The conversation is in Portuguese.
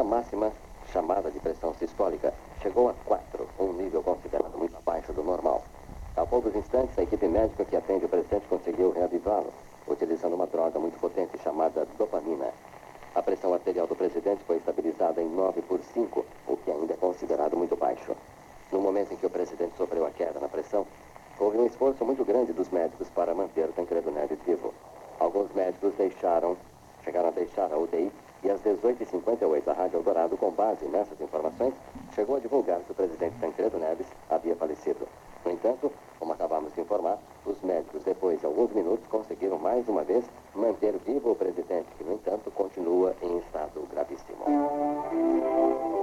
máxima, chamada de pressão sistólica, chegou a 4, um nível considerado muito abaixo do normal. Há poucos instantes, a equipe médica que atende o presidente conseguiu reavivá-lo, utilizando uma droga muito potente chamada dopamina. A pressão arterial do presidente foi estabilizada em 9/5, o que ainda é considerado muito baixo. No momento em que o presidente sofreu a queda na pressão, houve um esforço muito grande dos médicos para manter Tancredo Neves vivo. Alguns médicos chegaram a deixar a UTI e às 18h58 a Rádio Eldorado, com base nessas informações, chegou a divulgar que o presidente Tancredo Neves havia falecido. No entanto, como acabamos de informar, os médicos, depois de alguns minutos, conseguiram mais uma vez manter vivo o presidente, que, no entanto, continua em estado gravíssimo.